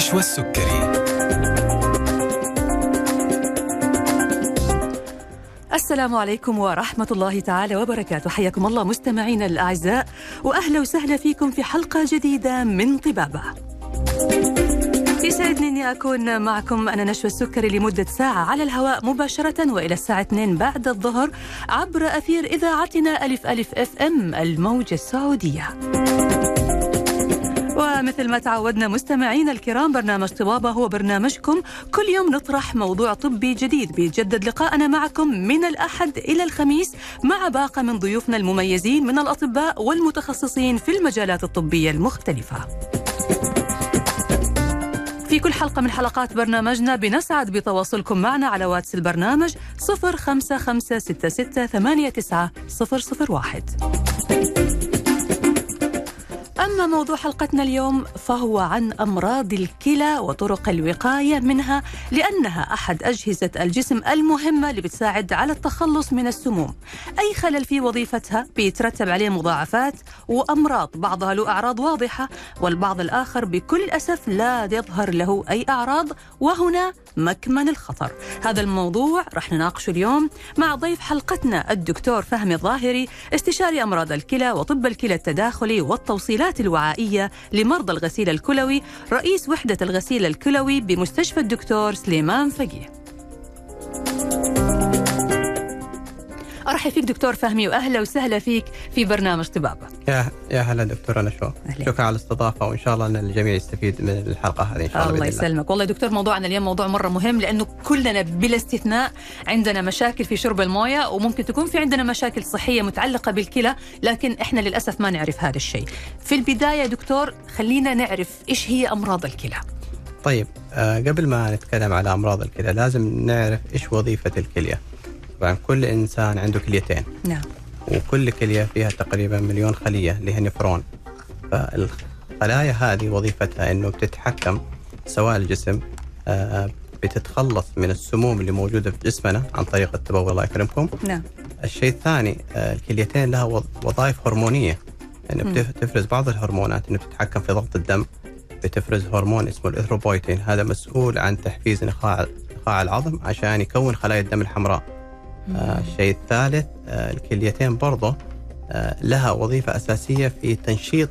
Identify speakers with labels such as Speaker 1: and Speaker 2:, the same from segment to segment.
Speaker 1: نشوى السكري.
Speaker 2: السلام عليكم ورحمة الله تعالى وبركاته. حياكم الله مستمعينا الأعزاء، وأهلا وسهلا فيكم في حلقة جديدة من طبابة. يسعدني أني أكون معكم أنا نشوى السكري لمدة ساعة على الهواء مباشرة، وإلى الساعة 2 بعد الظهر عبر أثير إذاعتنا ألف ألف FM الموجة السعودية. ومثل ما تعودنا مستمعينا الكرام، برنامج طبابة هو برنامجكم. كل يوم نطرح موضوع طبي جديد. بيتجدد لقاءنا معكم من الأحد إلى الخميس مع باقة من ضيوفنا المميزين من الأطباء والمتخصصين في المجالات الطبية المختلفة. في كل حلقة من حلقات برنامجنا بنسعد بتواصلكم معنا على واتس البرنامج 0556689001. أما موضوع حلقتنا اليوم فهو عن أمراض الكلى وطرق الوقاية منها، لأنها أحد أجهزة الجسم المهمة اللي بتساعد على التخلص من السموم. أي خلل في وظيفتها بيترتب عليه مضاعفات وأمراض، بعضها له أعراض واضحة والبعض الآخر بكل أسف لا يظهر له أي أعراض، وهنا مكمن الخطر. هذا الموضوع رح نناقشه اليوم مع ضيف حلقتنا الدكتور فهمي الظاهري، استشاري أمراض الكلى وطب الكلى التداخلي والتوصيلات الوعائية لمرضى الغسيل الكلوي، رئيس وحدة الغسيل الكلوي بمستشفى الدكتور سليمان فقيه. أرحب فيك دكتور فهمي، وأهلا وسهلا فيك في برنامج طبابة.
Speaker 3: يا هلا دكتور نشوى، شكرا على الاستضافة، وإن شاء الله أن الجميع يستفيد من الحلقة هذه إن شاء الله.
Speaker 2: الله يسلمك. والله دكتور موضوعنا اليوم موضوع مرة مهم، لأنه كلنا بلا استثناء عندنا مشاكل في شرب الموية، وممكن تكون في عندنا مشاكل صحية متعلقة بالكلى، لكن إحنا للأسف ما نعرف هذا الشيء. في البداية دكتور خلينا نعرف إيش هي أمراض الكلى.
Speaker 3: طيب قبل ما نتكلم على أمراض الكلى لازم نعرف إيش وظيفة الكلية. طبعا كل إنسان عنده كليتين.
Speaker 2: نعم.
Speaker 3: وكل كلية فيها تقريبا 1,000,000 خلية اللي هي نفرون. فالخلايا هذه وظيفتها إنه بتتحكم سوائل الجسم، بتتخلص من السموم اللي موجودة في جسمنا عن طريق التبول، الله يكرمكم.
Speaker 2: نعم.
Speaker 3: الشيء الثاني، الكليتين لها وظائف هرمونية، إنه بتفرز بعض الهرمونات، إنه بتتحكم في ضغط الدم، بتفرز هرمون اسمه الإثروبويتين، هذا مسؤول عن تحفيز نخاع العظم عشان يكون خلايا الدم الحمراء. الشيء الثالث، الكليتين برضه لها وظيفة أساسية في تنشيط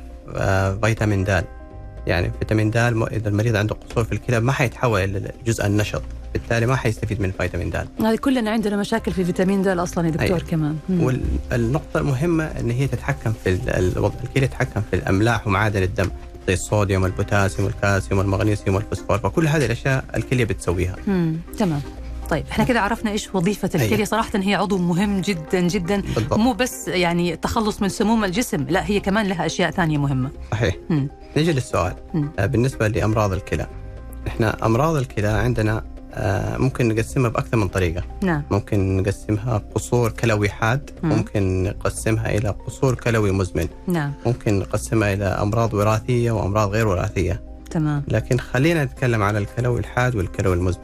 Speaker 3: فيتامين د. يعني فيتامين د إذا المريض عنده قصور في الكلى ما حيتحول إلى جزء النشط، بالتالي ما حيستفيد من فيتامين د.
Speaker 2: هذه كلنا عندنا مشاكل في فيتامين د أصلا يا دكتور. كمان
Speaker 3: والنقطة المهمة أن هي تتحكم في الكلى تتحكم في الأملاح ومعادن الدم زي الصوديوم والبوتاسيوم والكالسيوم والمغنيسيوم والفوسفور، فكل هذه الأشياء الكلية بتسويها.
Speaker 2: تمام. طيب احنا كده عرفنا ايش وظيفة الكلية. صراحة هي عضو مهم جدا جدا. بالضبط. مو بس يعني التخلص من سموم الجسم، لا هي كمان لها اشياء ثانية مهمة.
Speaker 3: صحيح. نيجي للسؤال. بالنسبة لأمراض الكلى، احنا أمراض الكلى عندنا ممكن نقسمها بأكثر من طريقة.
Speaker 2: نعم.
Speaker 3: ممكن نقسمها قصور كلوي حاد، ممكن نقسمها إلى قصور كلوي مزمن.
Speaker 2: نعم.
Speaker 3: ممكن نقسمها إلى أمراض وراثية وأمراض غير وراثية.
Speaker 2: تمام.
Speaker 3: لكن خلينا نتكلم على الكلوي الحاد والكلوي المزمن.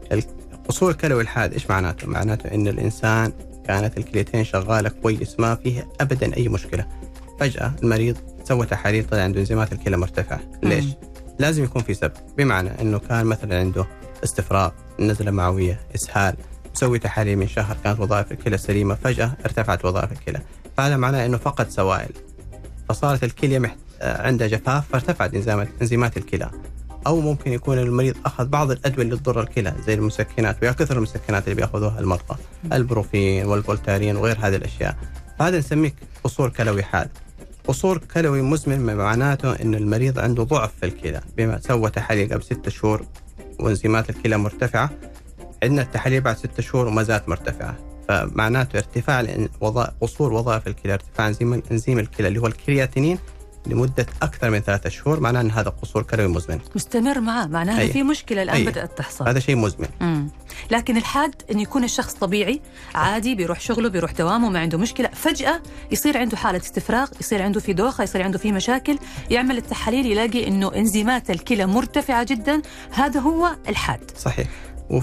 Speaker 3: قصور الكلوي الحاد إيش معناته؟ معناته إن الإنسان كانت الكليتين شغالة كويس، ما فيها أبدا أي مشكلة، فجأة المريض سوى تحاليل طلع عنده إنزيمات الكلى مرتفعة. ليش؟ لازم يكون في سبب، بمعنى إنه كان مثلا عنده استفراغ، نزلة معوية، إسهال، مسوي تحاليل من شهر كانت وظائف الكلى سليمة، فجأة ارتفعت وظائف الكلى، فهذا معناه إنه فقد سوائل، فصارت الكلى عندها جفاف فارتفعت إنزيمات الكلى. أو ممكن يكون المريض أخذ بعض الأدوية اللي تضر الكلى زي المسكنات، ويا كثر المسكنات اللي بيأخذوها المرضى، البروفين والفولتارين وغير هذه الأشياء، فهذا نسميه قصور كلوي حاد. قصور كلوي مزمن معناته إن المريض عنده ضعف في الكلى، بما سوى تحاليل قبل 6 شهور وإنزيمات الكلى مرتفعة، عندنا التحاليل بعد 6 شهور وما زالت مرتفعة، فمعناته ارتفاع قصور وظائف الكلى، ارتفاع إنزيم الكلى اللي هو الكرياتينين لمدة أكثر من 3 شهور، معناه أن هذا قصور كلوي مزمن
Speaker 2: مستمر معه، معناها في مشكلة الآن بدأت تحصل.
Speaker 3: هذا شيء مزمن.
Speaker 2: لكن الحاد أن يكون الشخص طبيعي عادي، بيروح شغله بيروح دوامه ما عنده مشكلة، فجأة يصير عنده حالة استفراغ، يصير عنده في دوخة، يصير عنده في مشاكل، يعمل التحاليل يلاقي أنه إنزيمات الكلى مرتفعة جدا، هذا هو الحاد.
Speaker 3: صحيح. وفي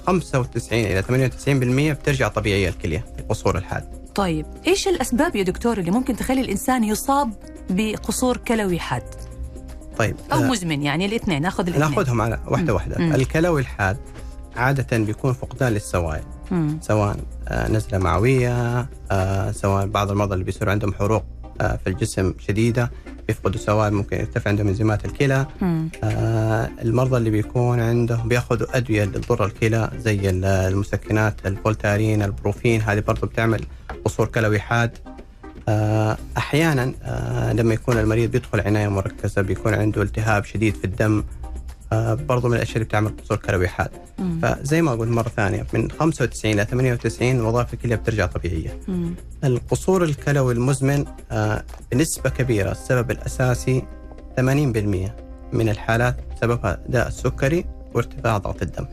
Speaker 3: 95 إلى 98% بترجع طبيعية الكلية في قصور الحاد.
Speaker 2: طيب إيش الأسباب يا دكتور اللي ممكن تخلي الإنسان يصاب بقصور كلوي حاد؟
Speaker 3: طيب
Speaker 2: أو مزمن، يعني الاثنين
Speaker 3: ناخذهم على واحدة. الكلوي الحاد عادة بيكون فقدان للسوائل، سواء نزلة معوية، سواء بعض المرضى اللي بيصير عندهم حروق في الجسم شديدة بيفقدوا سوائل، ممكن يرتفع عندهم انزيمات الكلى. المرضى اللي بيكون عندهم بياخذوا أدوية لتضر الكلى زي المسكنات، الفولتارين، البروفين، هذه برضو بتعمل قصور كلوي حاد. أحيانا لما يكون المريض بيدخل عناية مركزة بيكون عنده التهاب شديد في الدم، برضو من الأشياء اللي بتعمل قصور كلوي حاد. فزي ما قلت مرة ثانية، من 95 إلى 98 وظائف الكلى بترجع طبيعية. القصور الكلوي المزمن بنسبة كبيرة السبب الأساسي 80% من الحالات سببها داء السكري وارتفاع ضغط الدم.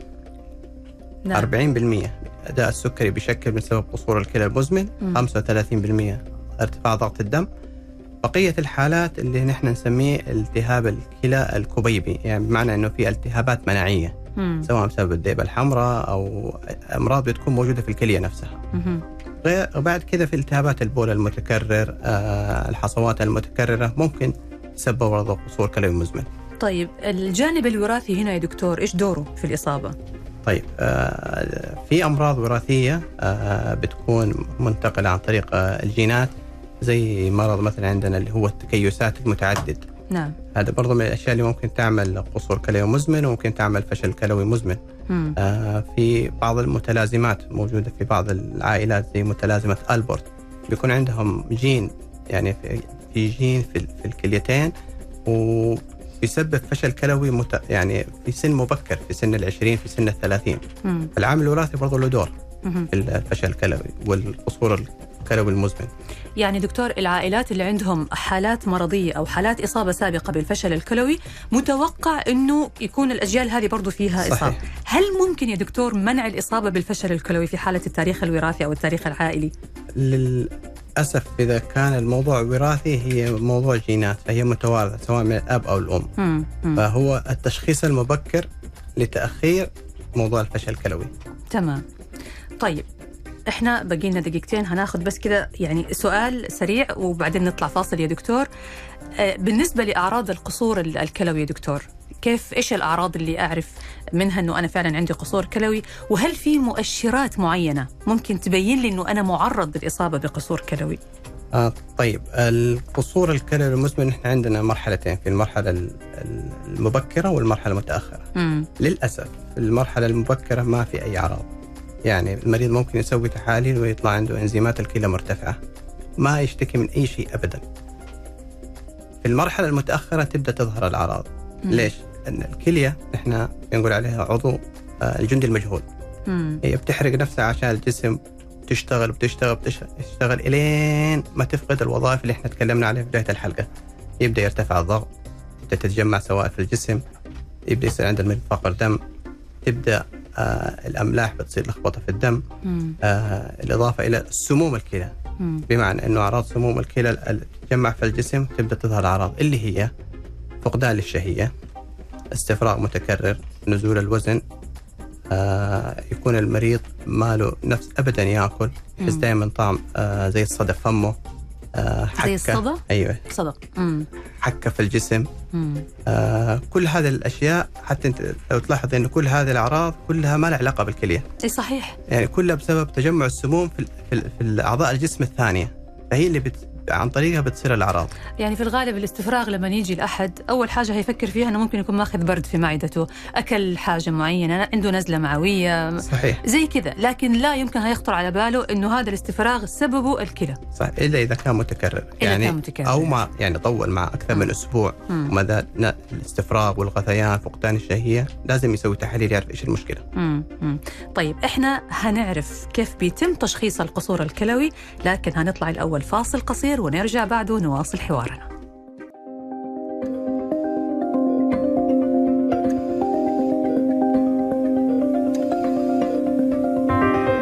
Speaker 3: 40% داء السكري بيشكل من سبب قصور الكلى المزمن، 35% ارتفاع ضغط الدم. بقية الحالات اللي نحن نسميه التهاب الكلى الكبيبي، يعني بمعنى أنه في التهابات مناعية سواء بسبب الذئبة الحمراء أو أمراض بتكون موجودة في الكلية نفسها. بعد كذا في التهابات البول المتكرر، الحصوات المتكررة ممكن تسبب برضه قصور كلوي مزمن.
Speaker 2: طيب الجانب الوراثي هنا يا دكتور إيش دوره في الإصابة؟
Speaker 3: طيب في أمراض وراثية بتكون منتقلة عن طريق الجينات، زي مرض مثلا عندنا اللي هو التكيسات المتعدد.
Speaker 2: نعم.
Speaker 3: هذا برضه من الأشياء اللي ممكن تعمل قصور كلوي مزمن وممكن تعمل فشل كلوي مزمن. في بعض المتلازمات موجودة في بعض العائلات زي متلازمة ألبورت، بيكون عندهم جين، يعني في جين في الكليتين وبيسبب فشل كلوي يعني في سن مبكر، في سن 20، في سن 30. العامل الوراثي برضه له دور في الفشل الكلوي والقصور الكلوي المزمن.
Speaker 2: يعني دكتور العائلات اللي عندهم حالات مرضية أو حالات إصابة سابقة بالفشل الكلوي متوقع أنه يكون الأجيال هذه برضو فيها
Speaker 3: صحيح.
Speaker 2: إصابة. هل ممكن يا دكتور منع الإصابة بالفشل الكلوي في حالة التاريخ الوراثي أو التاريخ العائلي؟
Speaker 3: للأسف إذا كان الموضوع وراثي هي موضوع جينات، فهي متوارثة سواء من الأب أو الأم. فهو التشخيص المبكر لتأخير موضوع الفشل الكلوي.
Speaker 2: تمام. طيب احنا بقينا دقيقتين، هناخذ بس كده يعني سؤال سريع وبعدين نطلع فاصل يا دكتور. بالنسبة لأعراض القصور الكلوي يا دكتور، إيش الأعراض اللي أعرف منها أنه أنا فعلا عندي قصور كلوي؟ وهل في مؤشرات معينة ممكن تبين لي أنه أنا معرض بالإصابة بقصور كلوي؟
Speaker 3: طيب القصور الكلوي المزمن احنا عندنا مرحلتين، في المرحلة المبكرة والمرحلة المتأخرة. للأسف المرحلة المبكرة ما في أي أعراض، يعني المريض ممكن يسوي تحاليل ويطلع عنده انزيمات الكلى مرتفعة، ما يشتكي من أي شيء أبدا. في المرحلة المتأخرة تبدأ تظهر الأعراض. ليش؟ لأن الكلية إحنا بنقول عليها عضو الجندي المجهول. هي بتحرق نفسها عشان الجسم، تشتغل إلين ما تفقد الوظائف اللي إحنا تكلمنا عليها في بداية الحلقة. يبدأ يرتفع الضغط، تبدأ تتجمع سوائل في الجسم، يبدأ يصير عند المريض فقر دم، تبدأ الأملاح بتصير لخبطة في الدم، الإضافة إلى سموم الكلى، بمعنى أنه أعراض سموم الكلى تتجمع في الجسم تبدأ تظهر أعراض اللي هي فقدان للشهية، استفراغ متكرر، نزول الوزن، يكون المريض ما له نفس أبدا يأكل، يحس دائما طعم زي الصدى في فمه، حكة
Speaker 2: زي الصدى؟
Speaker 3: أيوة
Speaker 2: صدى،
Speaker 3: حكة في الجسم. كل هذه الأشياء، حتى أنت لو تلاحظ أن كل هذه الأعراض كلها ما لها علاقة بالكلية.
Speaker 2: أي صحيح،
Speaker 3: يعني كلها بسبب تجمع السموم في أعضاء الجسم الثانية، فهي اللي عن طريقها بتصير الأعراض.
Speaker 2: يعني في الغالب الاستفراغ لما يجي الأحد أول حاجة هيفكر فيها أنه ممكن يكون ماخذ برد في معدته، أكل حاجة معينة، عنده نزلة معوية.
Speaker 3: صحيح.
Speaker 2: زي كذا، لكن لا يمكن هيخطر على باله أنه هذا الاستفراغ سببه الكلى.
Speaker 3: صح، إلا إذا كان متكرر، يعني أو ما يعني طول مع أكثر من أسبوع وما الاستفراغ والغثيان فقدان الشهية، لازم يسوي تحاليل يعرف إيش المشكلة.
Speaker 2: طيب إحنا هنعرف كيف بيتم تشخيص القصور الكلوي، لكن هنطلع الأول فاصل قصير ونرجع بعده نواصل حوارنا.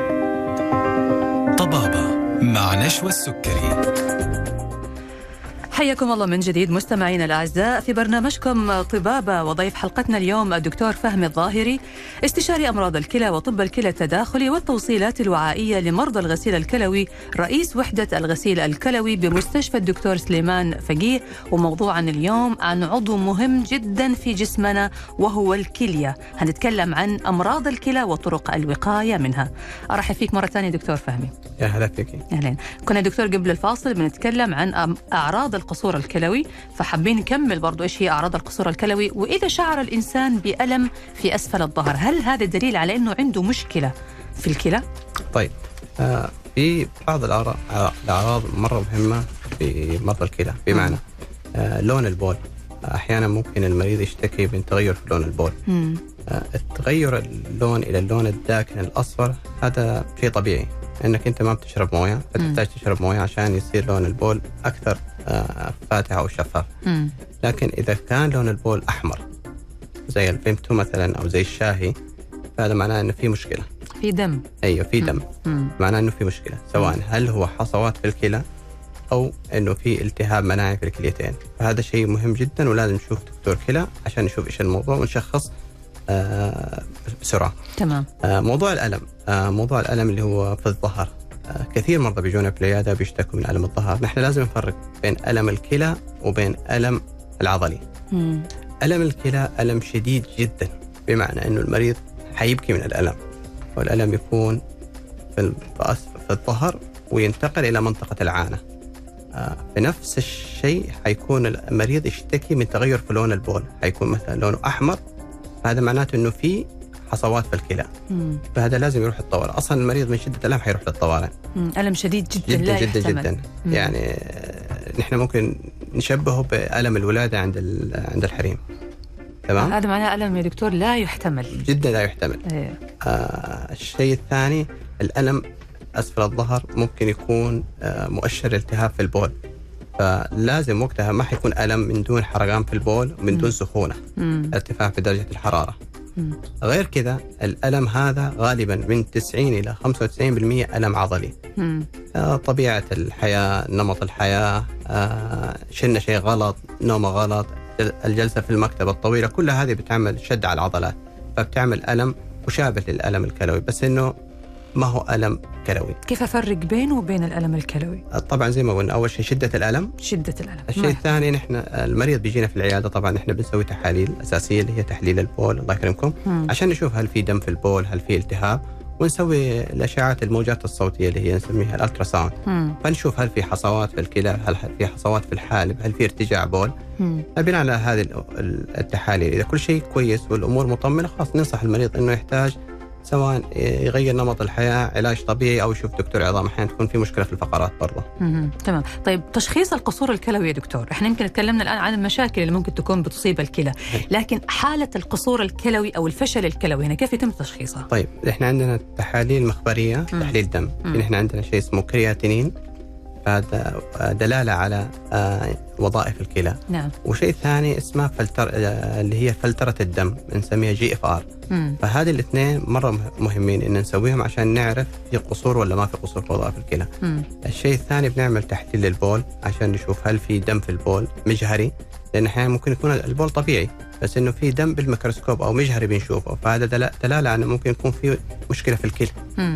Speaker 1: طبابة مع نشوى السكري.
Speaker 2: حياكم الله من جديد مستمعينا الأعزاء في برنامجكم طبابة، وضيف حلقتنا اليوم الدكتور فهمي الظاهري، استشاري أمراض الكلى وطب الكلى التداخلي والتوصيلات الوعائية لمرضى الغسيل الكلوي، رئيس وحدة الغسيل الكلوي بمستشفى الدكتور سليمان فقيه. وموضوعنا اليوم عن عضو مهم جدا في جسمنا وهو الكلية. هنتكلم عن أمراض الكلى وطرق الوقاية منها. أرحب فيك مرة ثانية دكتور فهمي.
Speaker 3: يا هلا فيك.
Speaker 2: أهلين. كنا دكتور قبل الفاصل بنتكلم عن أعراض القصور الكلوي، فحابين نكمل برضو إيش هي أعراض القصور الكلوي، وإذا شعر الإنسان بألم في أسفل الظهر هل هذا دليل على أنه عنده مشكلة في الكلى؟
Speaker 3: طيب في بعض الأعراض مرة مهمة في مرضى الكلى، بمعنى لون البول. أحيانا ممكن المريض يشتكي من تغير في لون البول. تغير اللون إلى اللون الداكن الأصفر هذا شيء طبيعي، انك انت ما بتشرب مويه، فتحتاج تشرب مويه عشان يصير لون البول اكثر فاتح او شفاف. لكن اذا كان لون البول احمر زي الفيمتو مثلا او زي الشاهي، فهذا معناه انه في مشكله،
Speaker 2: في دم.
Speaker 3: ايوه في دم. معناه انه في مشكله، سواء هل هو حصوات في الكلى او انه في التهاب مناعي في الكليتين. فهذا شيء مهم جدا، ولازم نشوف دكتور كلى عشان نشوف ايش الموضوع ونشخص بسرعه.
Speaker 2: تمام.
Speaker 3: موضوع الألم اللي هو في الظهر، كثير مرضى بيجونا في العيادة بيشتكوا من ألم الظهر. نحن لازم نفرق بين ألم الكلى وبين ألم العضلي. ألم الكلى ألم شديد جدا، بمعنى أنه المريض حيبكي من الألم، والألم يكون في الظهر وينتقل إلى منطقة العانة. بنفس الشيء حيكون المريض يشتكي من تغير في لون البول، حيكون مثلا لونه أحمر، هذا معناته أنه في حصوات في الكلى. فهذا لازم يروح الطوارئ. اصلا المريض من شده الالم حيروح للطوارئ.
Speaker 2: الم شديد جدا
Speaker 3: جدا
Speaker 2: لا
Speaker 3: جدا
Speaker 2: يحتمل.
Speaker 3: جدا. يعني نحن ممكن نشبهه بالم الولاده عند الحريم. تمام.
Speaker 2: هذا معناه الم يا دكتور لا يحتمل،
Speaker 3: جدا لا يحتمل. الشيء الثاني، الالم اسفل الظهر ممكن يكون مؤشر التهاب في البول، فلازم وقتها ما حيكون الم من دون حرقان في البول ومن دون سخونه، ارتفاع في درجه الحراره. غير كذا الألم هذا غالبا من 90 إلى 95% ألم عضلي. طبيعة الحياة، نمط الحياة، شلنا شيء غلط، نوم غلط، الجلسة في المكتب الطويلة، كل هذه بتعمل شد على العضلات، فبتعمل ألم مشابه للألم الكلوي، بس إنه ما هو ألم كلوي.
Speaker 2: كيف أفرق بينه وبين الألم الكلوي؟
Speaker 3: طبعا زي ما قلنا، أول شيء شدة الألم. الشيء الثاني، نحن المريض بيجينا في العيادة، طبعا نحن بنسوي تحاليل أساسية اللي هي تحليل البول، الله يكرمكم، عشان نشوف هل في دم في البول، هل في التهاب، ونسوي الأشعات الموجات الصوتية اللي هي نسميها الألتراساوند، فنشوف هل في حصوات في الكلى، هل في حصوات في الحالب، هل في ارتجاع بول. بناء على هذه التحاليل إذا كل شيء كويس والأمور مطمئنة، خلاص ننصح المريض إنه يحتاج سواء يغير نمط الحياة، علاج طبيعي، أو يشوف دكتور عظام. أحيانا تكون في مشكلة في الفقرات برضه.
Speaker 2: تمام. طيب تشخيص القصور الكلوي يا دكتور، احنا يمكن تكلمنا الآن عن المشاكل اللي ممكن تكون بتصيب الكلى، لكن حالة القصور الكلوي أو الفشل الكلوي هنا كيف يتم تشخيصها؟
Speaker 3: طيب احنا عندنا تحاليل مخبرية، تحليل دم. احنا عندنا شيء اسمه كرياتينين، هذا دلالة على وظائف الكلى.
Speaker 2: نعم.
Speaker 3: وشيء ثاني اسمه اللي هي فلترة الدم، نسميها GFR. فهذه الاثنين مرة مهمين إن نسويهم عشان نعرف في قصور ولا ما في قصور في وظائف الكلى. الشيء الثاني بنعمل تحليل للبول عشان نشوف هل في دم في البول مجهري، لأن أحيانا ممكن يكون البول طبيعي بس إنه في دم بالميكروسكوب أو مجهري بنشوفه، فهذا دلالة على ممكن يكون في مشكلة في الكلى.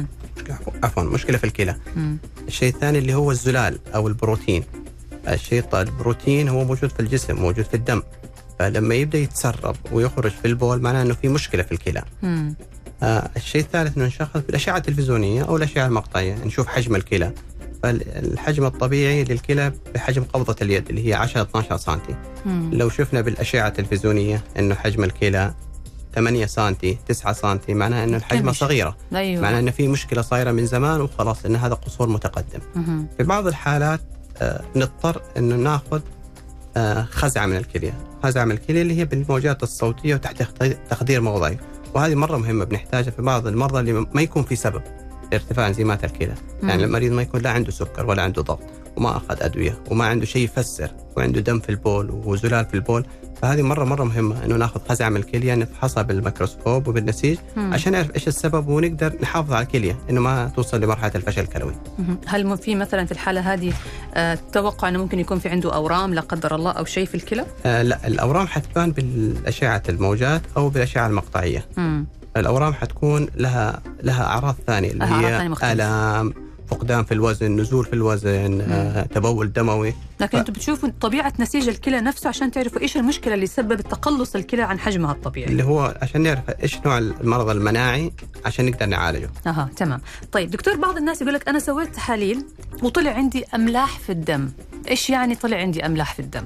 Speaker 3: مشكلة في الكلى. الشيء الثاني اللي هو الزلال أو البروتين. البروتين هو موجود في الجسم، موجود في الدم، فلما يبدأ يتسرب ويخرج في البول معناه أنه في مشكلة في الكلى. الشيء الثالث أنه نشخص بالأشعة التلفزيونية أو الأشعة المقطعية، نشوف حجم الكلى. فالحجم الطبيعي للكلى بحجم قبضة اليد اللي هي 10-12 سنتي. لو شفنا بالأشعة التلفزيونية أنه حجم الكلى 8 سنتي 9 سنتي، معناه أنه الحجم صغيرة.
Speaker 2: أيوة.
Speaker 3: معناه أنه في مشكلة صايرة من زمان وخلاص، أن هذا قصور متقدم. في بعض الحالات نضطر أنه نأخذ خزعة من الكلية. خزعة من الكلية اللي هي بالموجات الصوتية وتحت تخدير موضعي، وهذه مرة مهمة بنحتاجها في بعض المرضى اللي ما يكون في سبب لارتفاع انزيمات الكلى. يعني المريض ما يكون لا عنده سكر ولا عنده ضغط وما أخذ أدوية وما عنده شيء يفسر، وعنده دم في البول وزلال في البول، فهذه مرة مهمة إنه ناخذ خزعة من الكلية نفحصها بالميكروسكوب وبالنسيج عشان نعرف إيش السبب ونقدر نحافظ على الكلية إنه ما توصل لمرحلة الفشل الكلوي.
Speaker 2: هل في مثلا في الحالة هذه توقع إنه ممكن يكون في عنده أورام لا قدر الله أو شيء في الكلى؟
Speaker 3: لا، الأورام حتبان بالأشعة الموجات أو بالأشعة المقطعية. الأورام حتكون لها أعراض ثانية اللي هي آلام، فقدان في الوزن، نزول في الوزن، تبول دموي.
Speaker 2: لكن أنتم بتشوفوا طبيعة نسيج الكلى نفسه عشان تعرفوا إيش المشكلة اللي سببت تقلص الكلى عن حجمها الطبيعي،
Speaker 3: اللي هو عشان نعرف إيش نوع المرض المناعي عشان نقدر نعالجه.
Speaker 2: تمام. طيب دكتور، بعض الناس يقول لك أنا سويت تحاليل وطلع عندي أملاح في الدم. إيش يعني طلع عندي أملاح في الدم؟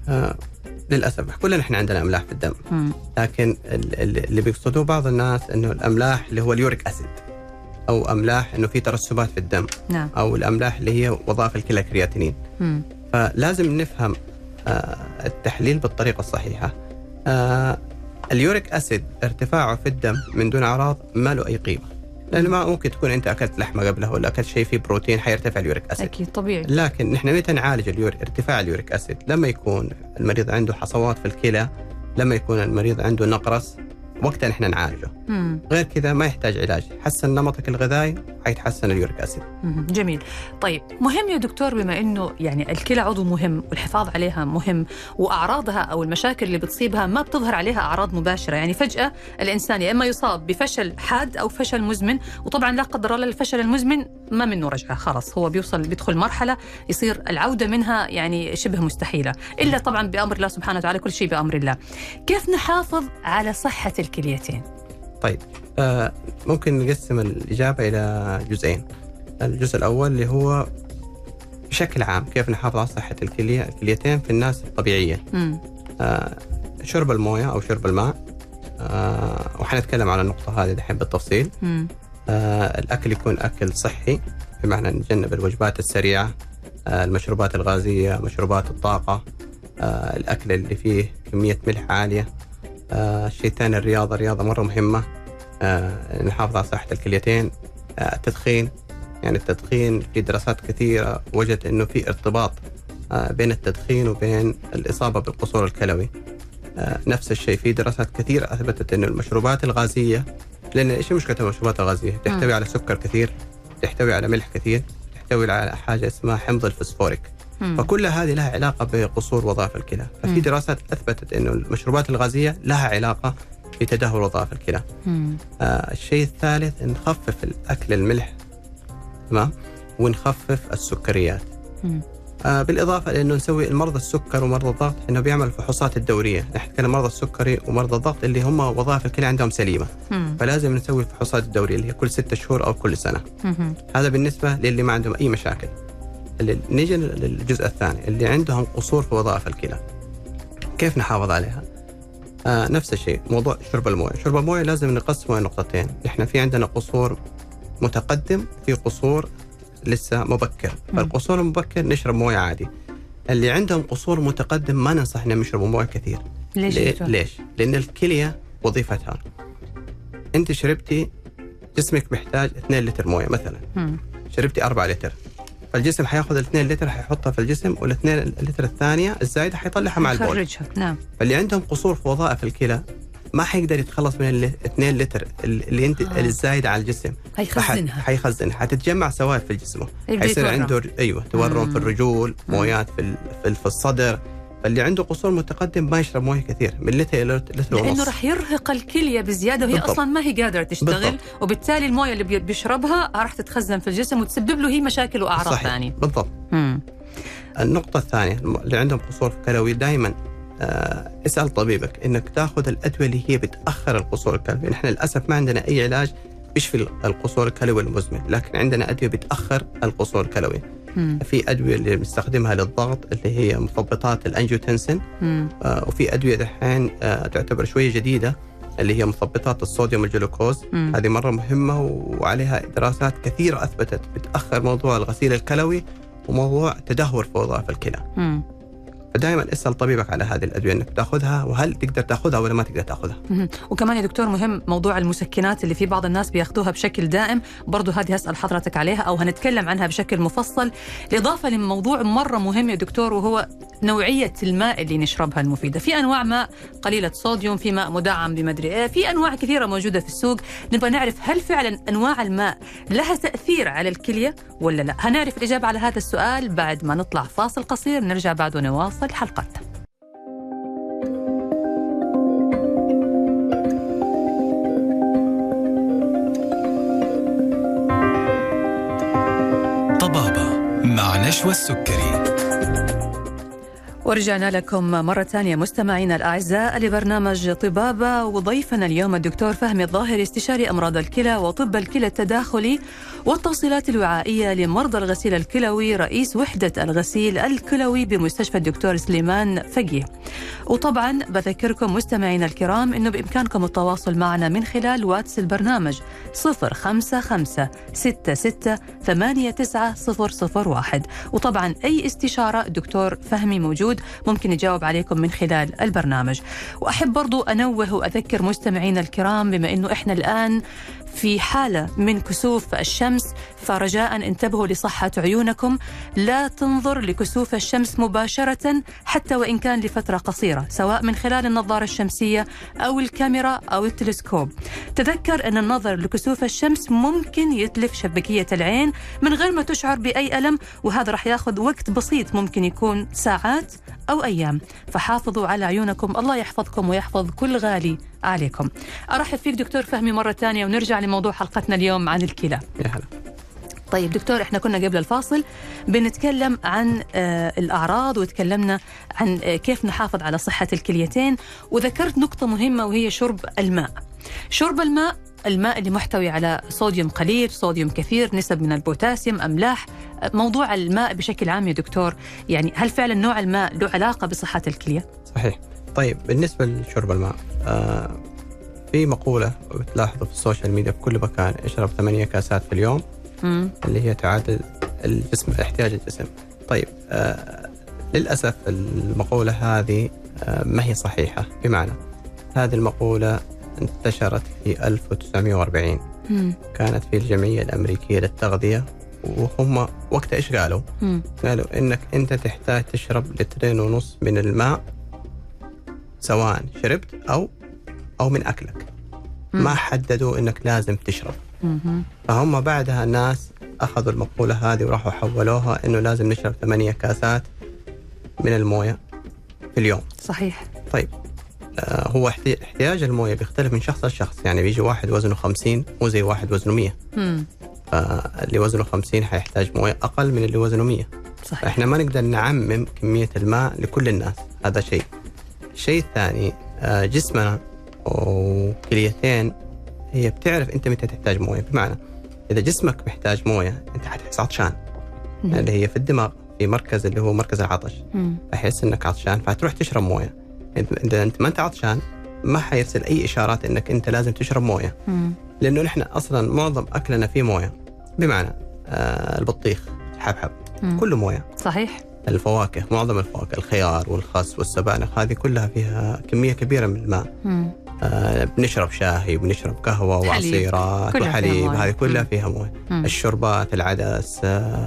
Speaker 3: للأسف كلنا إحنا عندنا أملاح في الدم. لكن اللي بيقصدوه بعض الناس إنه الأملاح اللي هو اليوريك أسيد، أو أملاح إنه في ترسبات في الدم.
Speaker 2: نعم.
Speaker 3: أو الأملاح اللي هي وظائف الكلى كرياتينين. فلازم نفهم التحليل بالطريقة الصحيحة. اليوريك أسيد ارتفاعه في الدم من دون أعراض ما له أي قيمة، لأنه ما ممكن تكون أنت أكلت لحمة قبلها ولا أكلت شيء فيه بروتين حيرتفع اليوريك أسيد.
Speaker 2: أكيد طبيعي.
Speaker 3: لكن نحن متى نعالج ارتفاع اليوريك أسيد؟ لما يكون المريض عنده حصوات في الكلى، لما يكون المريض عنده نقرس، وقتها نحن نعالجه. غير كذا ما يحتاج علاج. حسن نمطك الغذائي حيتحسن اليوريك أسيد.
Speaker 2: جميل. طيب مهم يا دكتور، بما إنه يعني الكلى عضو مهم والحفاظ عليها مهم، وأعراضها أو المشاكل اللي بتصيبها ما بتظهر عليها أعراض مباشرة، يعني فجأة الإنسان يا إما يصاب بفشل حاد أو فشل مزمن، وطبعا لا قدر الله الفشل المزمن ما منه رجعة، خلاص هو بيدخل مرحلة يصير العودة منها يعني شبه مستحيلة، إلا طبعا بأمر الله سبحانه وتعالى، كل شيء بأمر الله. كيف نحافظ على صحة الكليتين؟
Speaker 3: طيب ممكن نقسم الإجابة إلى جزئين. الجزء الأول اللي هو بشكل عام كيف نحافظ على صحة الكليتين في الناس الطبيعية. شرب الموية أو شرب الماء، وحنتكلم على النقطة هذه دحين بالتفصيل. الأكل يكون أكل صحي، بمعنى نتجنب الوجبات السريعة، المشروبات الغازية، مشروبات الطاقة، الأكل اللي فيه كمية ملح عالية. الشيء الثاني الرياضة مرة مهمة، نحافظ على صحة الكليتين. التدخين، يعني التدخين في دراسات كثيرة وجدت أنه في ارتباط بين التدخين وبين الإصابة بالقصور الكلوي. نفس الشيء في دراسات كثيرة أثبتت أن المشروبات الغازية، لأن إيش مشكلة المشروبات الغازية؟ تحتوي على سكر كثير، تحتوي على ملح كثير، تحتوي على حاجة اسمها حمض الفسفوريك. فكل هذه لها علاقة بقصور وظائف الكلى. ففي دراسات أثبتت أنه المشروبات الغازية لها علاقة بتدهور وظائف الكلى. الشيء الثالث نخفف الأكل الملح، تمام، ونخفف السكريات. بالإضافة لأنه نسوي المرضى السكر ومرضى الضغط إنه بيعمل فحوصات الدورية. نحن نتكلم مرضى السكري ومرضى الضغط اللي هم وظائف الكلى عندهم سليمة، فلازم نسوي الفحوصات الدورية اللي هي كل 6 شهور أو كل سنة. هذا بالنسبة للي ما عندهم أي مشاكل. نيجي للجزء الثاني اللي عندهم قصور في وظائف الكلى، كيف نحافظ عليها؟ نفس الشيء، موضوع شرب المويه. شرب المويه لازم نقسمه نقطتين. نحن في عندنا قصور متقدم، في قصور لسه مبكر. فالقصور المبكر نشرب مويه عادي. اللي عندهم قصور متقدم ما ننصح انهم يشربوا مويه كثير. ليش؟ لأن الكلية وظيفتها، أنت شربتي، جسمك محتاج 2 لتر مويه مثلا، شربتي 4 لتر، فالجسم حياخذ 2 لتر حيحطها في الجسم، وال2 لتر الثانية الزايدة حيطلعها مع البول.
Speaker 2: نعم.
Speaker 3: فاللي عندهم قصور في وظائف الكلى ما حيقدر يتخلص من 2 لتر اللي انت الزايدة على الجسم، حيخزنها حتتجمع سوائل في الجسم، حيصير عنده تورم في الرجول، مويات في الصدر. فاللي عنده قصور متقدم ما يشرب مويه كثير، من لتر إلى لتر ونص، لأنه
Speaker 2: راح يرهق الكلية بزيادة وهي
Speaker 3: بالضبط.
Speaker 2: أصلا ما هي قادرة تشتغل. بالضبط. وبالتالي المويه اللي بيشربها راح تتخزن في الجسم وتسبب له هي مشاكل وأعراض ثانية.
Speaker 3: بالضبط. النقطة الثانية اللي عندهم قصور كلوي، دائما اسأل طبيبك إنك تأخذ الأدوية اللي هي بتأخر القصور الكلوي. نحن للأسف ما عندنا أي علاج بيشفي القصور الكلوي المزمن، لكن عندنا أدوية بتأخر القصور الكلوي. في أدوية اللي بنستخدمها للضغط اللي هي مثبطات الأنجيوتنسين، وفي أدوية دحين تعتبر شوية جديدة اللي هي مثبطات الصوديوم الجلوكوز. هذه مرة مهمة وعليها دراسات كثيرة أثبتت بتأخر موضوع الغسيل الكلوي وموضوع تدهور في وظائف الكلى. فدائما اسأل طبيبك على هذه الأدوية أنك تأخذها، وهل تقدر تأخذها ولا ما تقدر تأخذها.
Speaker 2: وكمان يا دكتور مهم موضوع المسكنات اللي في بعض الناس بياخذوها بشكل دائم، برضو هذه هسأل حضرتك عليها أو هنتكلم عنها بشكل مفصل، إضافة لموضوع مرة مهم يا دكتور وهو نوعية الماء اللي نشربها المفيدة. في أنواع ماء قليلة صوديوم، في ماء مدعم بمدري إيه، في أنواع كثيرة موجودة في السوق. نبغى نعرف هل فعلا أنواع الماء لها تأثير على الكلية ولا لا؟ هنعرف الإجابة على هذا السؤال بعد ما نطلع فاصل قصير، نرجع بعد ونواصل حلقتنا.
Speaker 1: طبابة مع نشوى السكري.
Speaker 2: ورجعنا لكم مرة ثانية مستمعينا الأعزاء لبرنامج طبابة، وضيفنا اليوم الدكتور فهمي الظاهري، استشاري أمراض الكلى وطب الكلى التداخلي والتوصيلات الوعائية لمرضى الغسيل الكلوي، رئيس وحدة الغسيل الكلوي بمستشفى الدكتور سليمان فقيه. وطبعا بذكركم مستمعينا الكرام أنه بإمكانكم التواصل معنا من خلال واتس البرنامج 0556689001، وطبعا أي استشارة دكتور فهمي موجود ممكن يجاوب عليكم من خلال البرنامج. وأحب برضو أنوه وأذكر مستمعينا الكرام بما أنه إحنا الآن في حالة من كسوف الشمس، فرجاء انتبهوا لصحة عيونكم، لا تنظر لكسوف الشمس مباشرة حتى وإن كان لفترة قصيرة، سواء من خلال النظارة الشمسية أو الكاميرا أو التلسكوب. تذكر أن النظر لكسوف الشمس ممكن يتلف شبكية العين من غير ما تشعر بأي ألم، وهذا رح ياخذ وقت بسيط، ممكن يكون ساعات أو أيام. فحافظوا على عيونكم، الله يحفظكم ويحفظ كل غالي عليكم. أرحب فيك دكتور فهمي مرة تانية، ونرجع لموضوع حلقتنا اليوم عن الكلى.
Speaker 3: يا هلا.
Speaker 2: طيب دكتور، احنا كنا قبل الفاصل بنتكلم عن الأعراض، وتكلمنا عن كيف نحافظ على صحة الكليتين، وذكرت نقطة مهمة وهي شرب الماء. شرب الماء اللي محتوي على صوديوم قليل، صوديوم كثير، نسب من البوتاسيوم، أملاح. موضوع الماء بشكل عام يا دكتور، يعني هل فعلا نوع الماء له علاقة بصحة الكلية؟
Speaker 3: صحيح. طيب بالنسبة لشرب الماء، في مقولة بتلاحظوا في السوشيال ميديا في كل مكان: اشرب 8 كاسات في اليوم، اللي هي تعادل الجسم احتياج الجسم. طيب للأسف المقولة هذه ما هي صحيحة. بمعنى هذه المقولة انتشرت في 1940، كانت في الجمعية الأمريكية للتغذية، وهم وقتها إيش قالوا؟ قالوا إنك أنت تحتاج تشرب 2.5 لتر من الماء سواء شربت أو من أكلك. ما حددوا إنك لازم تشرب. فهم بعدها الناس أخذوا المقولة هذه وراحوا حولوها إنه لازم نشرب 8 كاسات من الموية في اليوم.
Speaker 2: صحيح.
Speaker 3: طيب هو احتياج الموية بيختلف من شخص لشخص، يعني بيجي واحد وزنه 50 مو زي واحد وزنه 100. فاللي وزنه 50 حيحتاج موية أقل من اللي وزنه 100.
Speaker 2: صحيح.
Speaker 3: فإحنا ما نقدر نعمم كمية الماء لكل الناس، هذا شيء. الشيء الثاني، جسمنا وكليتين هي بتعرف أنت متى تحتاج موية. بمعنى إذا جسمك محتاج موية أنت حتحس عطشان، اللي هي في الدماغ في مركز اللي هو مركز العطش، أحس أنك عطشان فهتروح تشرب موية. إذا أنت ما أنت عطشان ما حيرسل أي إشارات أنك أنت لازم تشرب موية، لأنه نحن أصلا معظم أكلنا فيه موية. بمعنى البطيخ، حبحب، كله موية.
Speaker 2: صحيح.
Speaker 3: الفواكه، معظم الفواكه، الخيار والخس والسبانخ، هذه كلها فيها كمية كبيرة من الماء. بنشرب شاي وبنشرب قهوة وعصيرات وحليب، هذه كلها فيها موية. الشربات، العدس،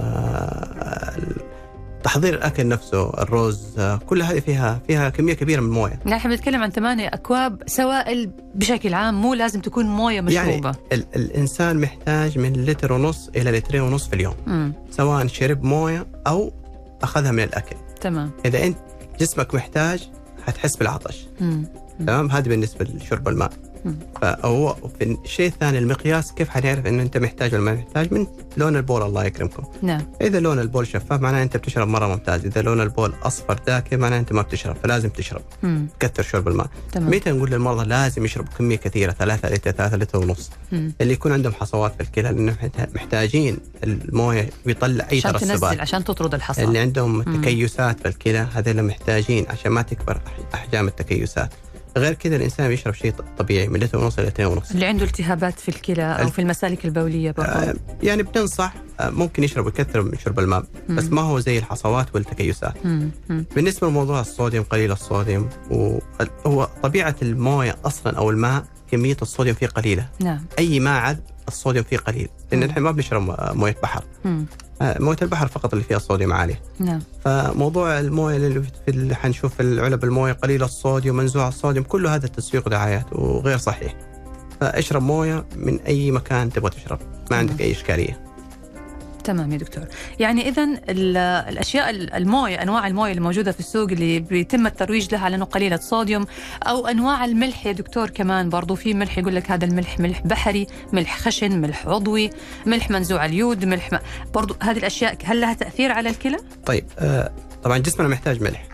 Speaker 3: تحضير الأكل نفسه، الرز، كل هذه فيها كمية كبيرة من الموية.
Speaker 2: نحن بنتكلم عن 8 أكواب سوائل بشكل عام، مو لازم تكون موية مشروبة.
Speaker 3: يعني الإنسان محتاج من 1.5 لتر إلى 2.5 لتر في اليوم، سواء شرب موية أو أخذها من الأكل.
Speaker 2: تمام.
Speaker 3: إذا أنت جسمك محتاج هتحس بالعطش. تمام. هذا بالنسبة لشرب الماء. فهو في الشيء الثاني، المقياس، كيف حنعرف إنه أنت محتاج ولا ما محتاج؟ من لون البول، الله يكرمكم.
Speaker 2: نعم.
Speaker 3: إذا لون البول شفاف معناه أنت بتشرب مرة ممتاز. إذا لون البول أصفر داكن معناه أنت ما بتشرب، فلازم تشرب. كثر شرب الماء.
Speaker 2: تمام.
Speaker 3: متى نقول للمرضى لازم يشربوا كمية كثيرة؟ 3 لتر، 3.5 لتر. اللي يكون عندهم حصوات في الكلى، لأنه محتاجين الموية بيطلع أي ترسبات
Speaker 2: عشان تطرد الحصى.
Speaker 3: اللي عندهم تكيسات في الكلى، هذول محتاجين عشان ما تكبر أحجام التكيسات. غير كذا الإنسان بيشرب شيء طبيعي من 1.5 لتر إلى 2.5.
Speaker 2: اللي عنده التهابات في الكلى أو في المسالك البولية برضه،
Speaker 3: يعني بننصح ممكن يشرب ويكثر من شرب الماء، بس ما هو زي الحصوات والتكيسات. بالنسبة لموضوع الصوديوم، قليل الصوديوم، وهو طبيعة الموية أصلا أو الماء كمية الصوديوم فيه قليلة.
Speaker 2: نعم.
Speaker 3: أي ماء عذب الصوديوم فيه قليل، لأن نحن ما بنشرب موية بحر. موية البحر فقط اللي فيها الصوديوم عالية.
Speaker 2: نعم.
Speaker 3: فموضوع الموية اللي حنشوف في العلب الموية قليل الصوديوم، منزوع الصوديوم، كله هذا تسويق دعايات وغير صحيح. فاشرب موية من أي مكان تبغى تشرب، ما عندك أي إشكالية.
Speaker 2: تمام يا دكتور. يعني إذن الأشياء الموية، أنواع الموية الموجودة في السوق اللي بيتم الترويج لها لأنه قليلة صوديوم، أو أنواع الملح يا دكتور كمان برضو في ملح يقول لك هذا الملح ملح بحري، ملح خشن، ملح عضوي، ملح منزوع اليود، برضو هذه الأشياء هل لها تأثير على الكلى؟
Speaker 3: طيب طبعا جسمنا محتاج ملح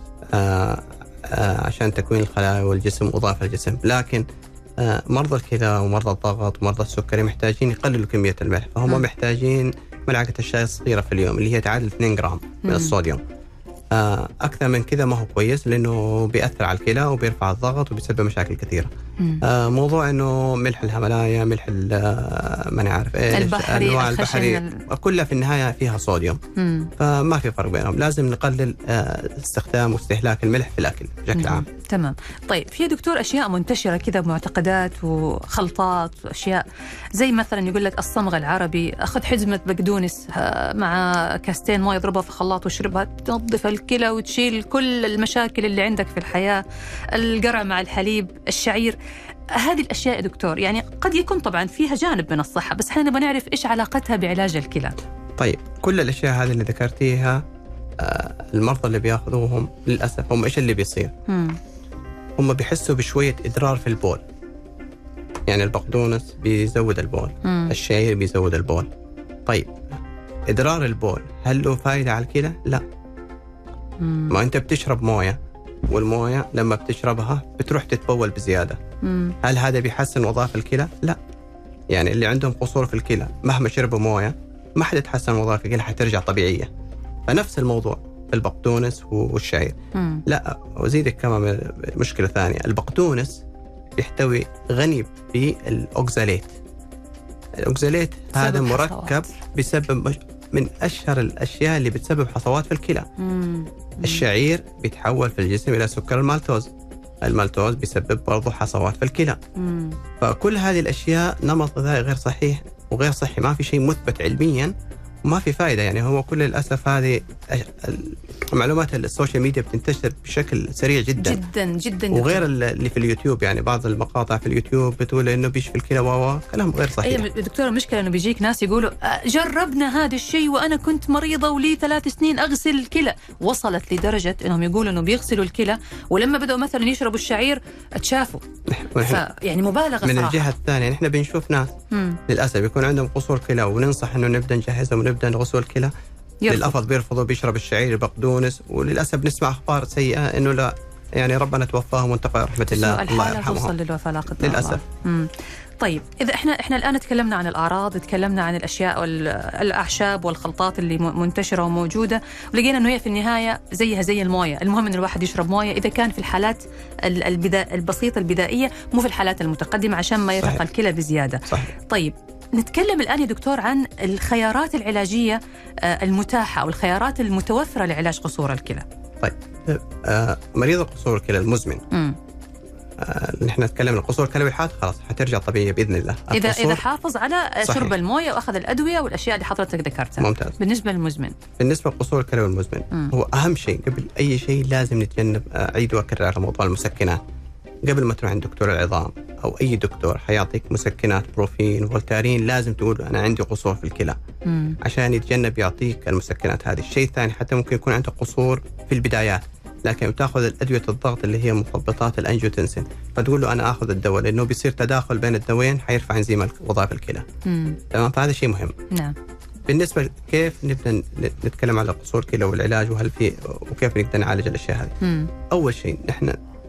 Speaker 3: عشان تكوين الخلايا والجسم وإضافة الجسم، لكن مرضى الكلى ومرضى الضغط ومرضى السكري محتاجين يقللوا كمية الملح، فهم محتاجين ملعقة الشاي الصغيرة في اليوم اللي هي تعادل 2 جرام من الصوديوم. أكثر من كذا ما هو كويس، لأنه بيأثر على الكلى وبيرفع الضغط وبيسبب مشاكل كثيرة. موضوع إنه ملح الهيمالايا، ملح ما نعرف إيش، أنواع البحري كلها في النهاية فيها صوديوم. فما في فرق بينهم، لازم نقلل استخدام واستهلاك الملح في الأكل بشكل عام.
Speaker 2: تمام. طيب في دكتور أشياء منتشرة كذا، معتقدات وخلطات وأشياء زي مثلا يقول لك الصمغ العربي، أخذ حزمة بقدونس مع كاستين مويه يضربها في خلاط واشربها تنظف الكلى وتشيل كل المشاكل اللي عندك في الحياة، القرع مع الحليب، الشعير. هذه الأشياء يا دكتور يعني قد يكون طبعا فيها جانب من الصحة، بس احنا نبغى نعرف إيش علاقتها بعلاج الكلى.
Speaker 3: طيب كل الأشياء هذه اللي ذكرتيها المرضى اللي بياخذوهم للأسف هم إيش اللي بيصير؟ هم بيحسوا بشوية إدرار في البول، يعني البقدونس بيزود البول، الشعير بيزود البول. طيب إدرار البول هل له فائدة على الكلى؟ لا. ما أنت بتشرب موية، والموية لما بتشربها بتروح تتبول بزيادة. هل هذا بيحسن وظائف الكلى؟ لا. يعني اللي عندهم قصور في الكلى مهما شربوا موية ما حد يتحسن وظائف الكلى، حترجع طبيعية. فنفس الموضوع في البقدونس والشعير. لا، وزيدك كمان مشكلة ثانية، البقدونس يحتوي غني بالأوكزاليت. الأوكزاليت هذا مركب بسبب من أشهر الأشياء اللي بتسبب حصوات في الكلى. الشعير بيتحول في الجسم إلى سكر المالتوز، المالتوز بيسبب برضو حصوات في الكلى. فكل هذه الأشياء نمط غذائي غير صحيح وغير صحي، ما في شيء مثبت علميا وما في فائدة. يعني هو كل الأسف هذه معلومات السوشيال ميديا بتنتشر بشكل سريع جدا
Speaker 2: جدا جدا،
Speaker 3: وغير اللي في اليوتيوب. يعني بعض المقاطع في اليوتيوب بتقول إنه بيشفي الكلى كلام غير صحيح.
Speaker 2: أي دكتور، المشكلة إنه بيجيك ناس يقولوا جربنا هذا الشيء وأنا كنت مريضة ولي 3 سنين أغسل الكلى. وصلت لدرجة إنهم يقولوا إنه بيغسلوا الكلى، ولما بدأوا مثلا يشربوا الشعير اتشافوا. يعني مبالغة
Speaker 3: من
Speaker 2: صراحة.
Speaker 3: الجهة الثانية نحن بنشوف ناس للأسف يكون عندهم قصور كلى، وننصح إنه نبدأ نجهزهم ونبدأ نغسل الكلى، للأفضل بيرفضوا، بيشرب الشعير البقدونس، وللأسف نسمع أخبار سيئة إنه لا، يعني ربنا توفاهم وانتقى رحمة الله، الله يرحمهم.
Speaker 2: توصل للوفاة لا قدر
Speaker 3: للأسف.
Speaker 2: طيب إذا إحنا الآن تكلمنا عن الأعراض، تكلمنا عن الأشياء والأعشاب والخلطات اللي منتشرة وموجودة، ولقينا إنه هي في النهاية زيها زي الموية. المهم إن الواحد يشرب موية إذا كان في الحالات البسيطة البدائية، مو في الحالات المتقدمة عشان ما يرهق الكلى بزيادة.
Speaker 3: صحيح.
Speaker 2: طيب نتكلم الآن يا دكتور عن الخيارات العلاجية المتاحة أو الخيارات المتوفرة لعلاج قصور الكلى.
Speaker 3: طيب مريض قصور الكلى المزمن، نحن نتكلم عن قصور كلوي الحاد، خلاص حترجع طبيعية بإذن الله
Speaker 2: إذا حافظ على شرب الموية وأخذ الأدوية والأشياء اللي حضرتك ذكرتها.
Speaker 3: ممتاز.
Speaker 2: بالنسبة للمزمن،
Speaker 3: بالنسبة للقصور الكلوي المزمن، هو أهم شيء قبل أي شيء لازم نتجنب، أعيد وأكرر على موضوع المسكنات. قبل ما تروح عند دكتور العظام أو أي دكتور حيعطيك مسكنات بروفين فولتارين، لازم تقول أنا عندي قصور في الكلى عشان يتجنب يعطيك المسكنات هذه. الشيء الثاني، حتى ممكن يكون عندك قصور في البدايات لكن تأخذ الأدوية الضغط اللي هي مثبطات الأنجيوتنسين، فتقول له أنا أخذ الدواء لأنه بيصير تداخل بين الدوين حيرفع إنزيم وظائف الكلى. تمام، فهذا شيء مهم.
Speaker 2: نعم.
Speaker 3: بالنسبة كيف نبدأ نتكلم على قصور الكلى والعلاج وهل في وكيف نقدر نعالج الأشياء هذه. أول شيء نحن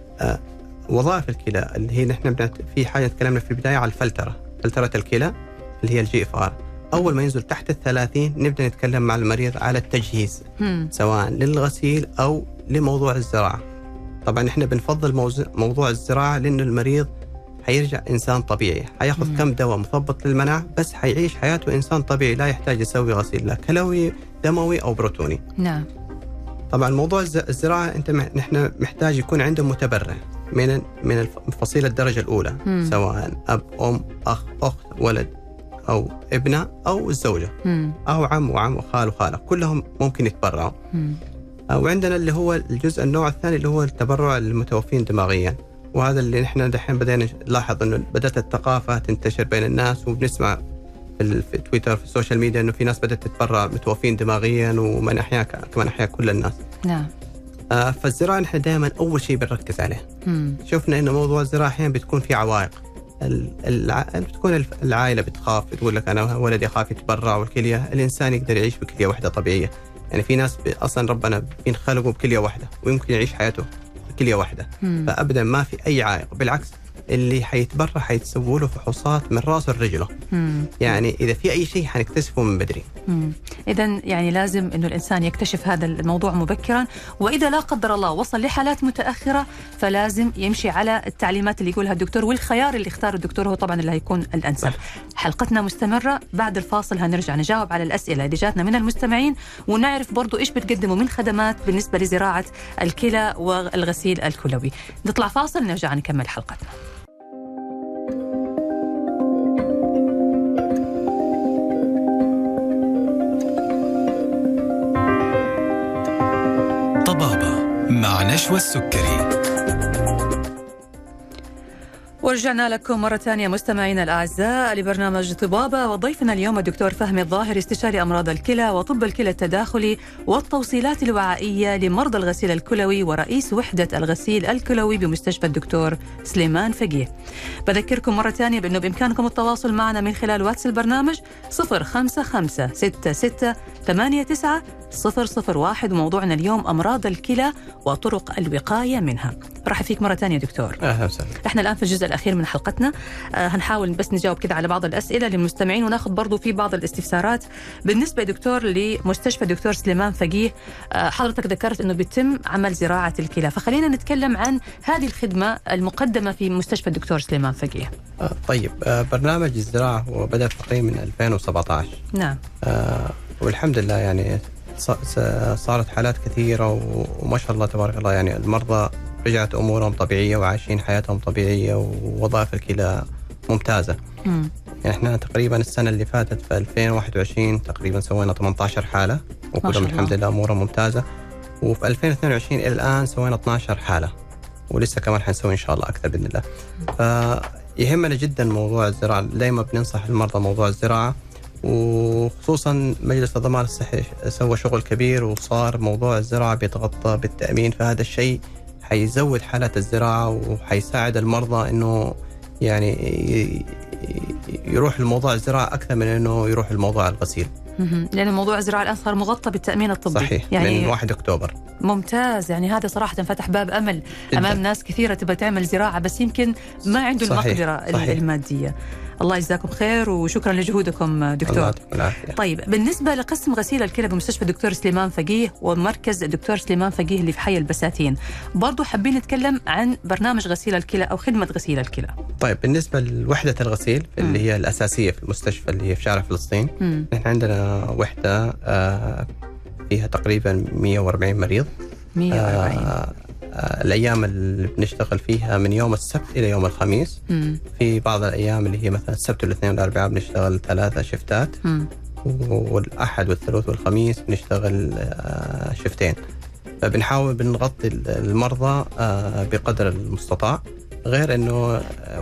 Speaker 3: وظائف الكلى اللي هي نحن في حاجة تكلمنا في البداية على فلترة الكلى اللي هي الGFR. أول ما ينزل تحت 30 نبدأ نتكلم مع المريض على التجهيز سواء للغسيل أو لموضوع الزراعة. طبعا نحن بنفضل موضوع الزراعة لأن المريض حيرجع إنسان طبيعي، حياخذ كم دواء مثبط للمناعة، بس حيعيش حياته إنسان طبيعي، لا يحتاج يسوي غسيل لا كلوي دموي أو بروتوني.
Speaker 2: نعم.
Speaker 3: طبعا موضوع الزراعة نحن محتاج يكون عنده متبرع من فصيلة الدرجة الأولى، سواء أب أم أخ أخت ولد أو ابنة أو الزوجة، أو عم وعم وخال وخالة، كلهم ممكن يتبرعوا. وعندنا اللي هو الجزء النوع الثاني اللي هو التبرع للمتوفين دماغيا، وهذا اللي نحن دحين بدينا نلاحظ إنه بدأت الثقافة تنتشر بين الناس، وبنسمع في تويتر في السوشيال ميديا إنه في ناس بدأت تتبرع متوفين دماغيا، ومن أحيا كمان أحيا كل الناس.
Speaker 2: نعم.
Speaker 3: فالزراعة نحن دائما أول شيء بنركز عليه. شفنا إنه موضوع الزراعة أحيانا بتكون في عوائق، بتكون العائلة بتخاف، بتقول لك أنا ولدي خاف يتبرع، والكلية الإنسان يقدر يعيش بكلية واحدة طبيعية. يعني في ناس أصلا ربنا بينخلقوا بكلية واحدة ويمكن يعيش حياته بكلية واحدة، فأبدا ما في أي عائق، بالعكس اللي حيتبرع حيتسووا له فحوصات من راسه لرجله. يعني إذا في أي شيء حنكتشفه من بدري.
Speaker 2: إذن يعني لازم إنه الإنسان يكتشف هذا الموضوع مبكرا، وإذا لا قدر الله وصل لحالات متأخرة فلازم يمشي على التعليمات اللي يقولها الدكتور، والخيار اللي اختاره الدكتور هو طبعا اللي هيكون الأنسب. حلقتنا مستمرة، بعد الفاصل هنرجع نجاوب على الأسئلة اللي جاتنا من المستمعين، ونعرف برضو إيش بتقدموا من خدمات بالنسبة لزراعة الكلى والغسيل الكلوي. نطلع فاصل نرجع نكمل حلقتنا.
Speaker 1: طبابة مع نشوى السكري.
Speaker 2: ورجعنا لكم مرة ثانية مستمعينا الأعزاء لبرنامج طبابة، وضيفنا اليوم الدكتور فهمي الظاهر، استشاري أمراض الكلى وطب الكلى التداخلي والتوصيلات الوعائية لمرضى الغسيل الكلوي، ورئيس وحدة الغسيل الكلوي بمستشفى الدكتور سليمان فقيه. بذكركم مرة ثانية بأنه بإمكانكم التواصل معنا من خلال واتس البرنامج 0556689001، وموضوعنا اليوم أمراض الكلى وطرق الوقاية منها. رحب فيك مرة ثانية دكتور.
Speaker 3: أهلا وسهلا.
Speaker 2: احنا الآن في الجزء الأخير من حلقتنا، هنحاول بس نجاوب كده على بعض الأسئلة للمستمعين، وناخذ برضو في بعض الاستفسارات. بالنسبة دكتور لمستشفى دكتور سليمان فقيه، حضرتك ذكرت أنه بيتم عمل زراعة الكلى، فخلينا نتكلم عن هذه الخدمة المقدمة في مستشفى الدكتور سليمان فقيه.
Speaker 3: طيب، برنامج الزراعة هو بدأ تقريبا من 2017.
Speaker 2: نعم.
Speaker 3: والحمد لله يعني صارت حالات كثيرة، وما شاء الله تبارك الله، يعني المرضى رجعت أمورهم طبيعية وعايشين حياتهم طبيعية، ووظائف الكلى ممتازة. يعني احنا تقريبا السنة اللي فاتت في 2021 تقريبا سوينا 18 حالة، وكلهم الحمد لله أمورهم ممتازة. وفي 2022 إلى الآن سوينا 12 حالة، ولسه كمان حنسوي إن شاء الله أكثر بإذن الله. فيهمنا جدا موضوع الزراعة، دائما بننصح المرضى موضوع الزراعة، وخصوصا مجلس الضمان الصحي سوى شغل كبير، وصار موضوع الزراعة بيتغطى بالتأمين، فهذا الشيء حيزود حالات الزراعة وحيساعد المرضى إنه يعني يروح الموضوع الزراعة أكثر من إنه يروح الموضوع الغسيل.
Speaker 2: لأن موضوع الزراعة الآن صار مغطى بالتأمين الطبي.
Speaker 3: صحيح، يعني من 1 أكتوبر.
Speaker 2: ممتاز، يعني هذا صراحة فتح باب أمل أمام ناس كثيرة تبغى تعمل زراعة، بس يمكن ما عنده المقدرة المادية. الله يجزاكم خير، وشكرا لجهودكم دكتور. طيب، بالنسبة لقسم غسيل الكلى بمستشفى الدكتور سليمان فقيه ومركز الدكتور سليمان فقيه اللي في حي البساتين، برضو حابين نتكلم عن برنامج غسيل الكلى أو خدمة غسيل الكلى.
Speaker 3: طيب، بالنسبة لوحدة الغسيل اللي هي الأساسية في المستشفى اللي هي في شارع فلسطين، نحن عندنا وحدة فيها تقريبا 140 مريض. 140. الأيام اللي بنشتغل فيها من يوم السبت إلى يوم الخميس. في بعض الأيام اللي هي مثلا السبت والاثنين والأربعاء بنشتغل 3 شفتات، والأحد والثلاث والخميس بنشتغل شفتين. فبنحاول بنغطي المرضى بقدر المستطاع، غير أنه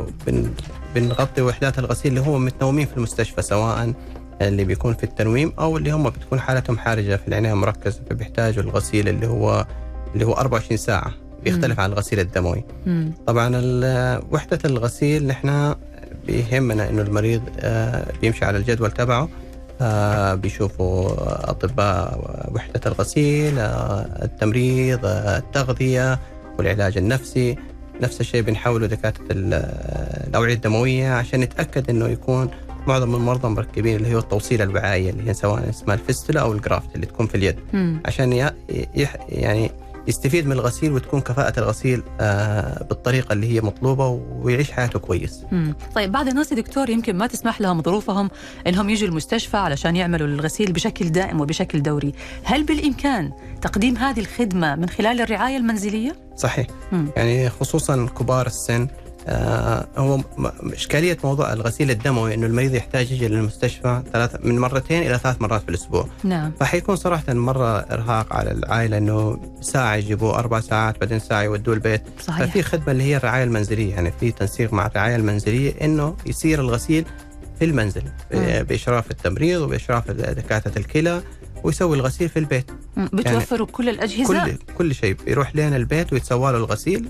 Speaker 3: بنغطي وحدات الغسيل اللي هم متنومين في المستشفى، سواء اللي بيكون في التنويم أو اللي هم بتكون حالتهم حرجة في العناية المركزة، فبيحتاجوا الغسيل اللي هو 24 ساعة، بيختلف عن الغسيل الدموي. طبعا وحدة الغسيل نحن بيهمنا إنه المريض بيمشي على الجدول تبعه، بيشوفوا أطباء وحدة الغسيل، التمريض، التغذية والعلاج النفسي. نفس الشيء بنحاولوا دكاترة الأوعية الدموية عشان نتأكد إنه يكون معظم المرضى مركبين اللي هو التوصيلة الوعائية، اللي هي سواء اسمها الفستلة أو الجرافت اللي تكون في اليد، عشان يعني يستفيد من الغسيل وتكون كفاءة الغسيل بالطريقة اللي هي مطلوبة ويعيش حياته كويس.
Speaker 2: طيب بعض الناس يا دكتور يمكن ما تسمح لهم ظروفهم إنهم يجوا المستشفى علشان يعملوا الغسيل بشكل دائم وبشكل دوري، هل بالإمكان تقديم هذه الخدمة من خلال الرعاية المنزلية؟
Speaker 3: صحيح. يعني خصوصا كبار السن هو إشكالية موضوع الغسيل الدموي إنه المريض يحتاج يجي للمستشفى من 2 إلى 3 مرات في الأسبوع.
Speaker 2: نعم.
Speaker 3: فحيكون صراحة مرة إرهاق على العائلة إنه ساعة يجيبوه 4 ساعات بعدين ساعة يودوه البيت.
Speaker 2: صحيح.
Speaker 3: ففي خدمة اللي هي الرعاية المنزلية، يعني في تنسيق مع الرعاية المنزلية إنه يصير الغسيل في المنزل بإشراف التمريض وبإشراف دكاترة الكلى ويسوي الغسيل في البيت.
Speaker 2: بتوفروا كل الأجهزة؟
Speaker 3: كل شيء بيروح لنا البيت ويتسوى له الغسيل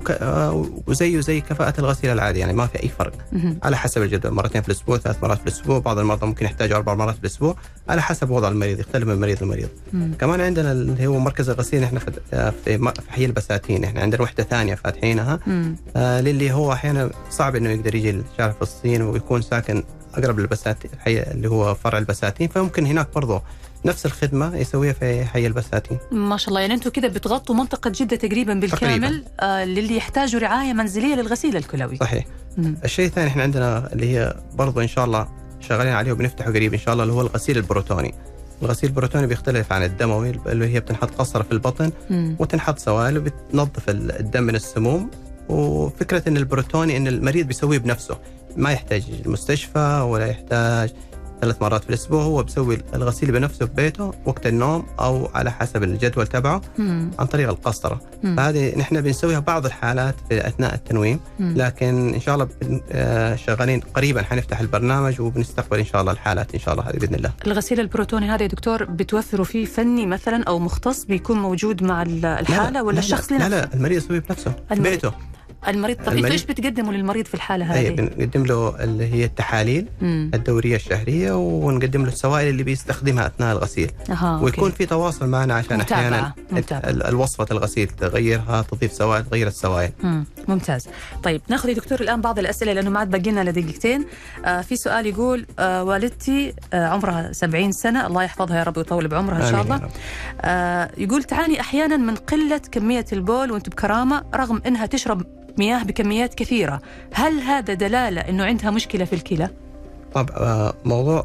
Speaker 3: وزيه زي كفاءة الغسيل العادي، يعني ما في أي فرق. على حسب الجدول، 2 في الأسبوع 3 مرات في الأسبوع، بعض المرضى ممكن يحتاجوا 4 مرات في الأسبوع على حسب وضع المريض، يختلف من مريض لمريض. كمان عندنا اللي هو مركز الغسيل احنا في حي البساتين، احنا عندنا وحدة ثانية فاتحينها للي هو أحيانا صعب إنه يقدر يجي لشارع فلسطين ويكون ساكن أقرب للبساتين، الحي اللي هو فرع البساتين، فممكن هناك برضه نفس الخدمة يسويها في حي البساتين.
Speaker 2: ما شاء الله، يعني أنتم كده بتغطوا منطقة جدة تقريبا بالكامل للي يحتاجوا رعاية منزلية للغسيل الكلوي.
Speaker 3: صحيح. الشيء الثاني احنا عندنا اللي هي برضو إن شاء الله شغالين عليه وبنفتحه قريب إن شاء الله، اللي هو الغسيل البروتوني. الغسيل البروتوني بيختلف عن الدموي اللي هي بتنحط قصرة في البطن وتنحط سوائل وبتنظف الدم من السموم. وفكرة إن البروتوني إن المريض بيسويه بنفسه، ما يحتاج المستشفى ولا يحتاج 3 مرات في الأسبوع، هو بيسوي الغسيل بنفسه في بيته وقت النوم أو على حسب الجدول تبعه عن طريق القسطرة. فهذه نحن بنسويها بعض الحالات في أثناء التنويم، لكن إن شاء الله شغالين قريبا حنفتح البرنامج وبنستقبل إن شاء الله الحالات إن شاء الله هذه بإذن الله.
Speaker 2: الغسيل البروتوني هذا يا دكتور بتوفروا فيه فني مثلا أو مختص بيكون موجود مع الحالة ولا الشخص لنفسه؟
Speaker 3: لا المريض يسويه بنفسه في بيته.
Speaker 2: المريض. طب انتوا ايش بتقدموا للمريض في الحاله هذه؟
Speaker 3: بنقدم له اللي هي التحاليل الدوريه الشهريه، ونقدم له السوائل اللي بيستخدمها اثناء الغسيل. ويكون في تواصل معنا عشان احيانا الوصفه الغسيل تغيرها، تضيف سوائل، تغير السوائل.
Speaker 2: ممتاز. طيب ناخذ يا دكتور الان بعض الاسئله لانه ما عاد باقي لنا دقيقتين. في سؤال يقول والدتي عمرها 70 سنه، الله يحفظها يا رب ويطول بعمرها ان شاء الله. يقول تعاني احيانا من قله كميه البول وانتم بكرامه رغم انها تشرب مياه بكميات كثيرة، هل هذا دلالة أنه عندها مشكلة في الكلى؟
Speaker 3: طب موضوع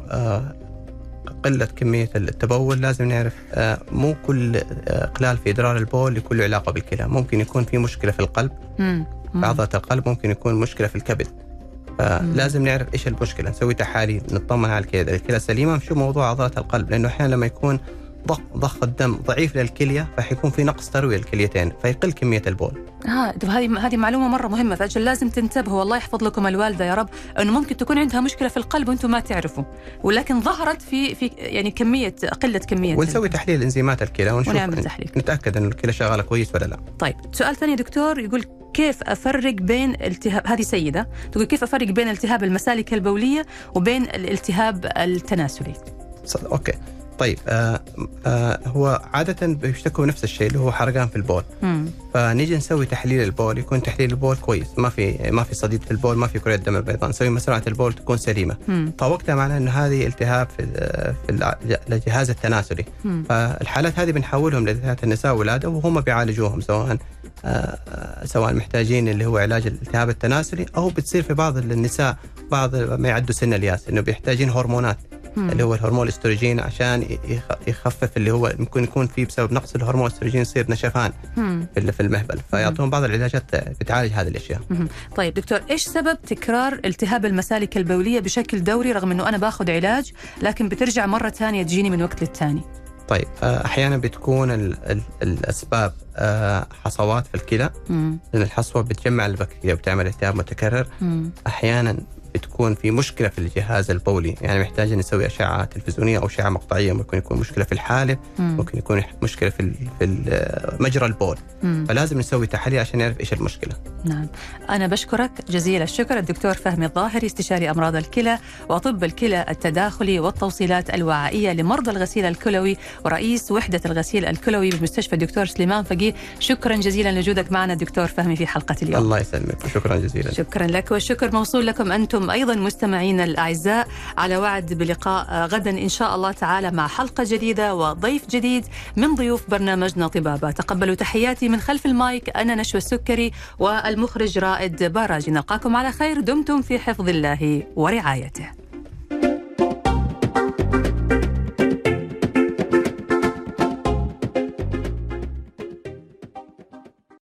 Speaker 3: قلة كمية التبول لازم نعرف مو كل إقلال في إدرار البول يكون له علاقة بالكلى، ممكن يكون في مشكلة في القلب، في عضلة القلب، ممكن يكون مشكلة في الكبد. فلازم نعرف إيش المشكلة، نسوي تحاليل نطمن على الكلى سليمة. شو موضوع عضلة القلب، لأنه أحيانا لما يكون ضخ الدم ضعيف للكلية فحيكون في نقص تروية الكليتين فيقل كمية البول.
Speaker 2: هذه معلومة مرة مهمة، فأجل لازم تنتبهوا. والله يحفظ لكم الوالدة يا رب، أنه ممكن تكون عندها مشكلة في القلب وأنتم ما تعرفوا، ولكن ظهرت في يعني قلة كمية.
Speaker 3: ونسوي تحليل إنزيمات الكلى ونشوف نتأكد أن الكلى شغالة كويس ولا لا.
Speaker 2: طيب سؤال ثاني دكتور يقول كيف أفرق بين التهاب، هذه سيدة تقول كيف أفرق بين التهاب المسالك البولية وبين الالتهاب التناسلي؟
Speaker 3: أوكي طيب هو عادة بيشتكوا نفس الشيء اللي هو حرقان في البول. فنيجي نسوي تحليل البول، يكون تحليل البول كويس، ما في صديد في البول، ما في كريات دم البيضاء، نسوي مسرعة البول تكون سليمة. فوقتها معناه إنه هذه التهاب في الجهاز التناسلي. فالحالات هذه بنحولهم لدكاترة النساء والولادة وهم بيعالجوهم، سواء محتاجين اللي هو علاج الالتهاب التناسلي أو بتصير في بعض النساء بعض ما يعدوا سن الياس إنه بيحتاجين هرمونات اللي هو الهرمون الاستروجين عشان يخفف اللي هو ممكن يكون فيه بسبب نقص الهرمون الاستروجين يصير نشفان في المهبل، فيعطون بعض العلاجات بتعالج هذه الاشياء.
Speaker 2: طيب دكتور ايش سبب تكرار التهاب المسالك البوليه بشكل دوري رغم انه انا باخذ علاج لكن بترجع مره ثانيه تجيني من وقت للتاني؟
Speaker 3: طيب احيانا بتكون الاسباب حصوات في الكلى، لان الحصوه بتجمع البكتيريا وبتعمل التهاب متكرر. احيانا بتكون في مشكلة في الجهاز البولي، يعني محتاج نسوي أشعة تلفزيونية أو أشعة مقطعية، ممكن يكون مشكلة في الحالب، ممكن يكون مشكلة في مجرى البول. فلازم نسوي تحاليل عشان نعرف إيش المشكلة.
Speaker 2: نعم، أنا بشكرك جزيل الشكر الدكتور فهمي الظاهري، استشاري أمراض الكلى وطب الكلى التداخلي والتوصيلات الوعائية لمرضى الغسيل الكلوي ورئيس وحدة الغسيل الكلوي بمستشفى الدكتور سليمان فقيه. شكرا جزيلا لوجودك معنا دكتور فهمي في حلقة اليوم.
Speaker 3: الله يسلمك وشكرا جزيلا.
Speaker 2: شكرا لك والشكر موصول لكم أنتم وأنتم أيضا مستمعين الأعزاء، على وعد بلقاء غدا إن شاء الله تعالى مع حلقة جديدة وضيف جديد من ضيوف برنامجنا طبابة. تقبلوا تحياتي من خلف المايك، أنا نشوى السكري والمخرج رائد باراجي. نلقاكم على خير، دمتم في حفظ الله ورعايته.